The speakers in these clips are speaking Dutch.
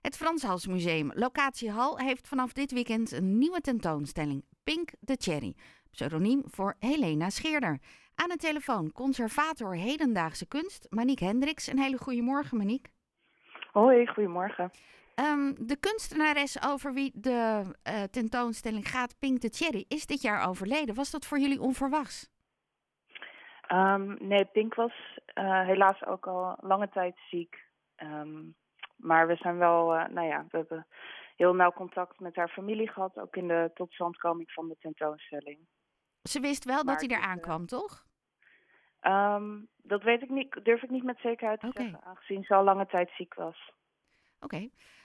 Het Frans Hals Museum, locatie Hal, heeft vanaf dit weekend een nieuwe tentoonstelling. Pink the Cherry, pseudoniem voor Helena Scheerder. Aan de telefoon conservator hedendaagse kunst, Maniek Hendricks. Een hele goede morgen, Maniek. Hoi, goedemorgen. De kunstenares over wie de tentoonstelling gaat, Pink the Cherry, is dit jaar overleden. Was dat voor jullie onverwachts? Nee, Pink was helaas ook al lange tijd ziek. Maar we zijn wel, we hebben heel nauw contact met haar familie gehad, ook in de totstandkoming van de tentoonstelling. Ze wist wel Maar dat hij eraan kwam, toch? Dat weet ik niet, durf ik niet met zekerheid te zeggen, aangezien ze al lange tijd ziek was. Oké.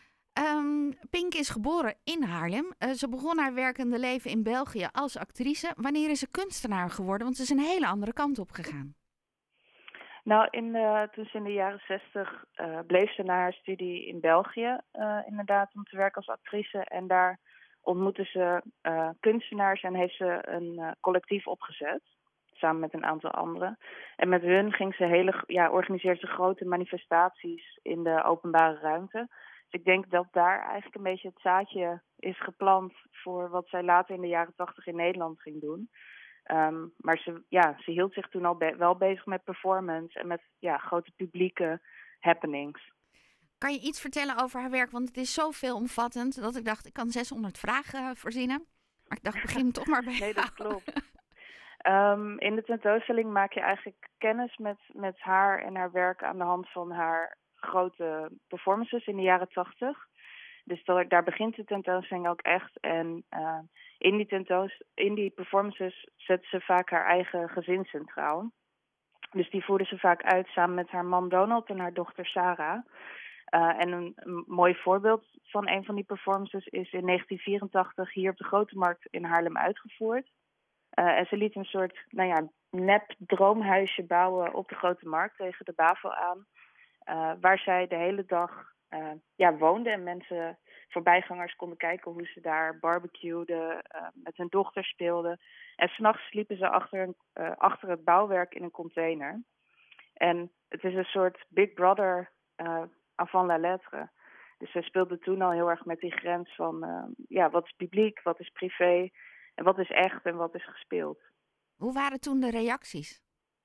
Pink is geboren in Haarlem. Ze begon haar werkende leven in België als actrice. Wanneer is ze kunstenaar geworden? Want ze is een hele andere kant op gegaan. Nou, toen ze in de jaren 60 bleef ze na haar studie in België, inderdaad, om te werken als actrice. En daar ontmoette ze kunstenaars en heeft ze een collectief opgezet, samen met een aantal anderen. En met hun ging ze organiseerde ze grote manifestaties in de openbare ruimte. Dus ik denk dat daar eigenlijk een beetje het zaadje is geplant voor wat zij later in de jaren 80 in Nederland ging doen. Maar ze hield zich toen al wel bezig met performance en met grote publieke happenings. Kan je iets vertellen over haar werk? Want het is zo veelomvattend dat ik dacht, ik kan 600 vragen verzinnen. Maar ik dacht, begin toch maar bij. Nee, dat klopt. In de tentoonstelling maak je eigenlijk kennis met haar en haar werk aan de hand van haar grote performances in de jaren 80. Dus daar begint de tentoonstelling ook echt. En in die performances zet ze vaak haar eigen gezin centraal. Dus die voerde ze vaak uit samen met haar man Donald en haar dochter Sarah. En een mooi voorbeeld van een van die performances is in 1984 hier op de Grote Markt in Haarlem uitgevoerd. En ze liet een soort nep droomhuisje bouwen op de Grote Markt tegen de Bavel aan. Waar zij de hele dag woonde en mensen, voorbijgangers, konden kijken hoe ze daar barbecueden, met hun dochter speelden. En 's nachts sliepen ze achter het bouwwerk in een container. En het is een soort Big Brother avant la lettre. Dus zij speelde toen al heel erg met die grens van wat is publiek, wat is privé en wat is echt en wat is gespeeld. Hoe waren toen de reacties?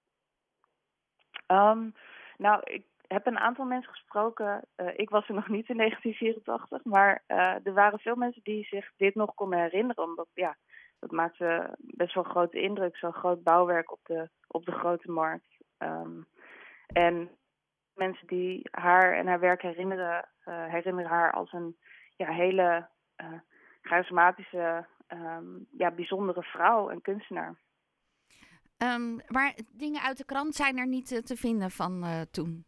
Ik heb een aantal mensen gesproken. Ik was er nog niet in 1984, maar er waren veel mensen die zich dit nog konden herinneren. Omdat dat maakte best wel grote indruk, zo'n groot bouwwerk op de Grote Markt. En mensen die haar en haar werk herinneren haar als een hele charismatische, bijzondere vrouw en kunstenaar. Maar dingen uit de krant zijn er niet te vinden van toen?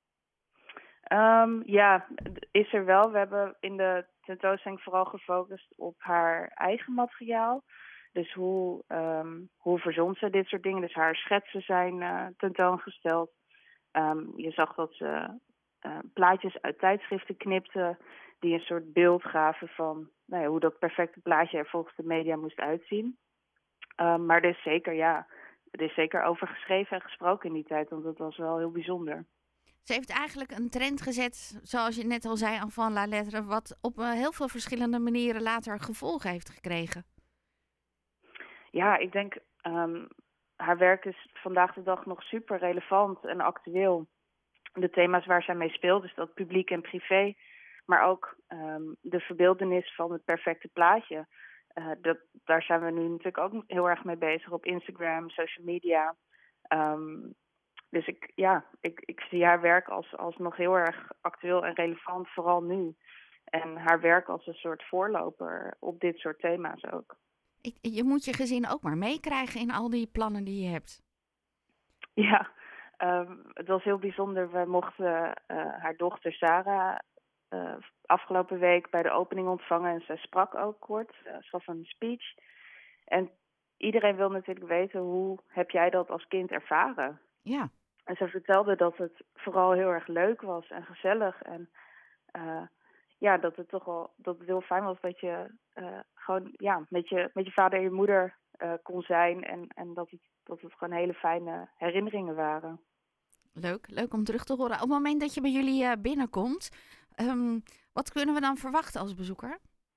Is er wel. We hebben in de tentoonstelling vooral gefocust op haar eigen materiaal. Dus hoe verzond ze dit soort dingen? Dus haar schetsen zijn tentoongesteld. Je zag dat ze plaatjes uit tijdschriften knipte die een soort beeld gaven van hoe dat perfecte plaatje er volgens de media moest uitzien. Maar er is zeker over geschreven en gesproken in die tijd, want dat was wel heel bijzonder. Ze heeft eigenlijk een trend gezet, zoals je net al zei, avant la lettre, wat op heel veel verschillende manieren later gevolgen heeft gekregen. Ja, ik denk, haar werk is vandaag de dag nog super relevant en actueel. De thema's waar zij mee speelt, dus dat publiek en privé, maar ook de verbeeldenis van het perfecte plaatje. Daar zijn we nu natuurlijk ook heel erg mee bezig op Instagram, social media. Dus ik zie haar werk als nog heel erg actueel en relevant, vooral nu. En haar werk als een soort voorloper op dit soort thema's ook. Je moet je gezin ook maar meekrijgen in al die plannen die je hebt. Ja, het was heel bijzonder. We mochten haar dochter Sarah afgelopen week bij de opening ontvangen. En zij sprak ook kort. Ze gaf een speech. En iedereen wil natuurlijk weten, hoe heb jij dat als kind ervaren? Ja. En ze vertelde dat het vooral heel erg leuk was en gezellig. En dat het heel fijn was dat je gewoon met je vader en je moeder kon zijn. En dat het gewoon hele fijne herinneringen waren. Leuk om terug te horen. Op het moment dat je bij jullie binnenkomt, Wat kunnen we dan verwachten als bezoeker?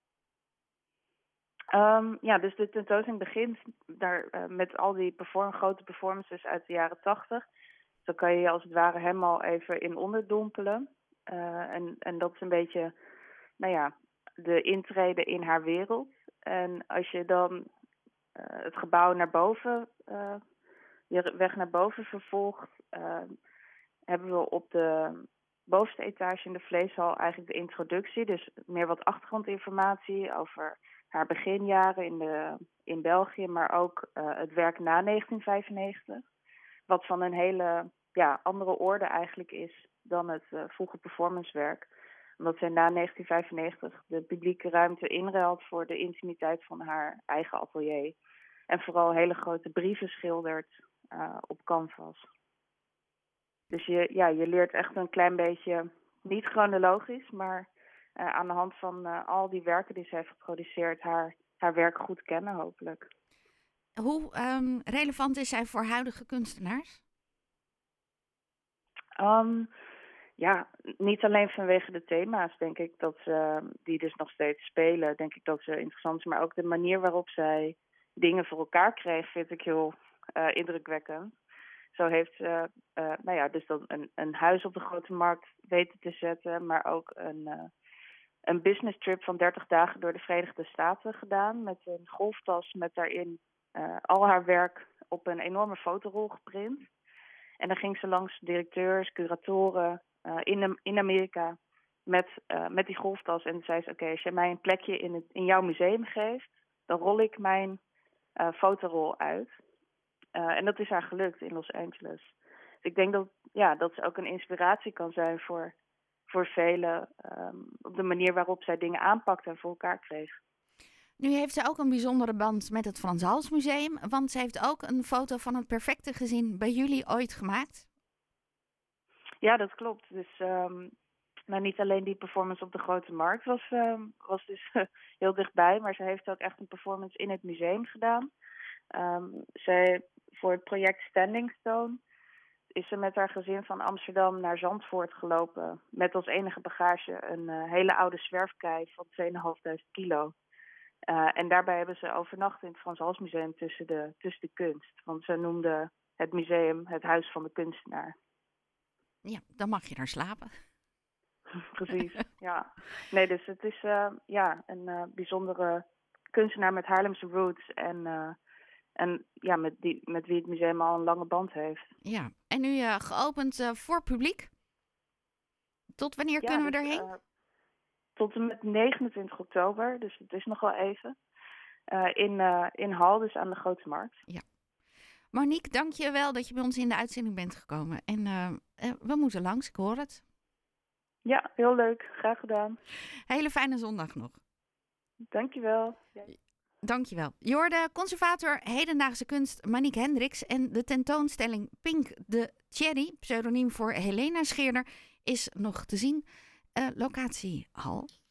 Dus de tentoonstelling begint daar met al die grote performances uit de jaren 80. Dan kan je je als het ware helemaal even in onderdompelen. En dat is een beetje, de intrede in haar wereld. En als je dan het gebouw naar boven, je weg naar boven vervolgt, hebben we op de bovenste etage in de vleeshal eigenlijk de introductie. Dus meer wat achtergrondinformatie over haar beginjaren in België, maar ook het werk na 1995. Wat van een hele andere orde eigenlijk is dan het vroege performancewerk. Omdat zij na 1995 de publieke ruimte inruilt voor de intimiteit van haar eigen atelier. En vooral hele grote brieven schildert op canvas. Dus je leert echt een klein beetje, niet chronologisch, maar aan de hand van al die werken die ze heeft geproduceerd, haar werk goed kennen hopelijk. Hoe relevant is zij voor huidige kunstenaars? Niet alleen vanwege de thema's, denk ik, dat ze, die dus nog steeds spelen, denk ik dat ze interessant is. Maar ook de manier waarop zij dingen voor elkaar kreeg, vind ik heel indrukwekkend. Zo heeft ze, dus dan een huis op de Grote Markt weten te zetten, maar ook een business trip van 30 dagen door de Verenigde Staten gedaan. Met een golftas met daarin al haar werk op een enorme fotorol geprint. En dan ging ze langs directeurs, curatoren in Amerika met die golftas. En zei ze, oké, als jij mij een plekje in jouw museum geeft, dan rol ik mijn fotorol uit. En dat is haar gelukt in Los Angeles. Dus ik denk dat ze ook een inspiratie kan zijn voor velen op de manier waarop zij dingen aanpakte en voor elkaar kreeg. Nu heeft ze ook een bijzondere band met het Frans Hals Museum, want ze heeft ook een foto van het perfecte gezin bij jullie ooit gemaakt. Ja, dat klopt. Dus niet alleen die performance op de Grote Markt was dus heel dichtbij, maar ze heeft ook echt een performance in het museum gedaan. Voor het project Standing Stone is ze met haar gezin van Amsterdam naar Zandvoort gelopen met als enige bagage een hele oude zwerfkei van 2.500 kilo. En daarbij hebben ze overnacht in het Frans Hals Museum tussen de kunst. Want ze noemden het museum het huis van de kunstenaar. Ja, dan mag je daar slapen. Precies, ja. Nee, dus het is een bijzondere kunstenaar met Haarlemse roots. Met wie het museum al een lange band heeft. Ja, en nu geopend voor publiek? Tot wanneer kunnen we erheen? Tot en met 29 oktober, dus het is nog wel even. In Hal, dus aan de Grote Markt. Ja. Monique, dank je wel dat je bij ons in de uitzending bent gekomen. En we moeten langs, ik hoor het. Ja, heel leuk. Graag gedaan. Hele fijne zondag nog. Dank je wel. Ja. Dank je wel. Je hoorde conservator hedendaagse kunst Monique Hendricks en de tentoonstelling Pink de Cherry, pseudoniem voor Helena Scheerder, is nog te zien. Locatie Hal.